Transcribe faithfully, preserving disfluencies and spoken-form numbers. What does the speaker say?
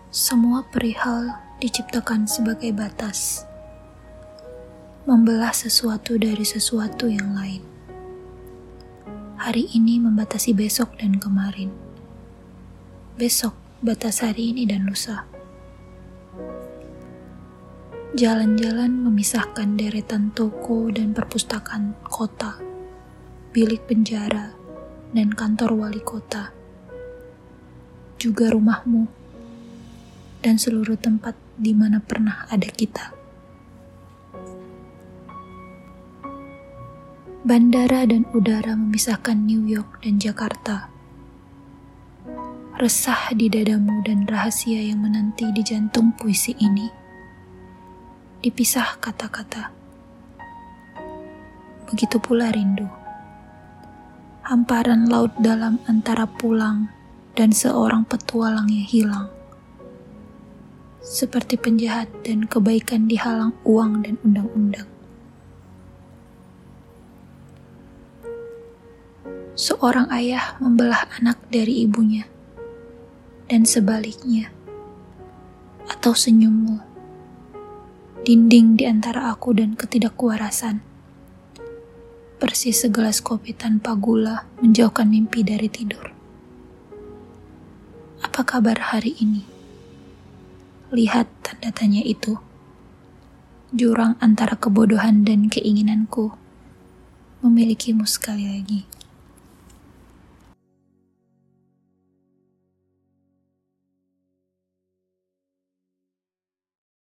Semua perihal diciptakan sebagai batas, membelah sesuatu dari sesuatu yang lain. Hari ini membatasi besok dan kemarin. Besok batas hari ini dan lusa. Jalan-jalan memisahkan deretan toko dan perpustakaan kota, bilik penjara, dan kantor wali kota. Juga rumahmu dan seluruh tempat di mana pernah ada kita. Bandara dan udara memisahkan New York dan Jakarta. Resah di dadamu dan rahasia yang menanti di jantung puisi ini. Dipisah kata-kata. Begitu pula rindu. Hamparan laut dalam antara pulang dan seorang petualang yang hilang. Seperti penjahat dan kebaikan dihalang uang dan undang-undang. Seorang ayah membelah anak dari ibunya, dan sebaliknya, atau senyummu, dinding di antara aku dan ketidakkuarasan. Persis segelas kopi tanpa gula menjauhkan mimpi dari tidur. Apa kabar hari ini? Lihat tanda tanya itu. Jurang antara kebodohan dan keinginanku memilikimu sekali lagi.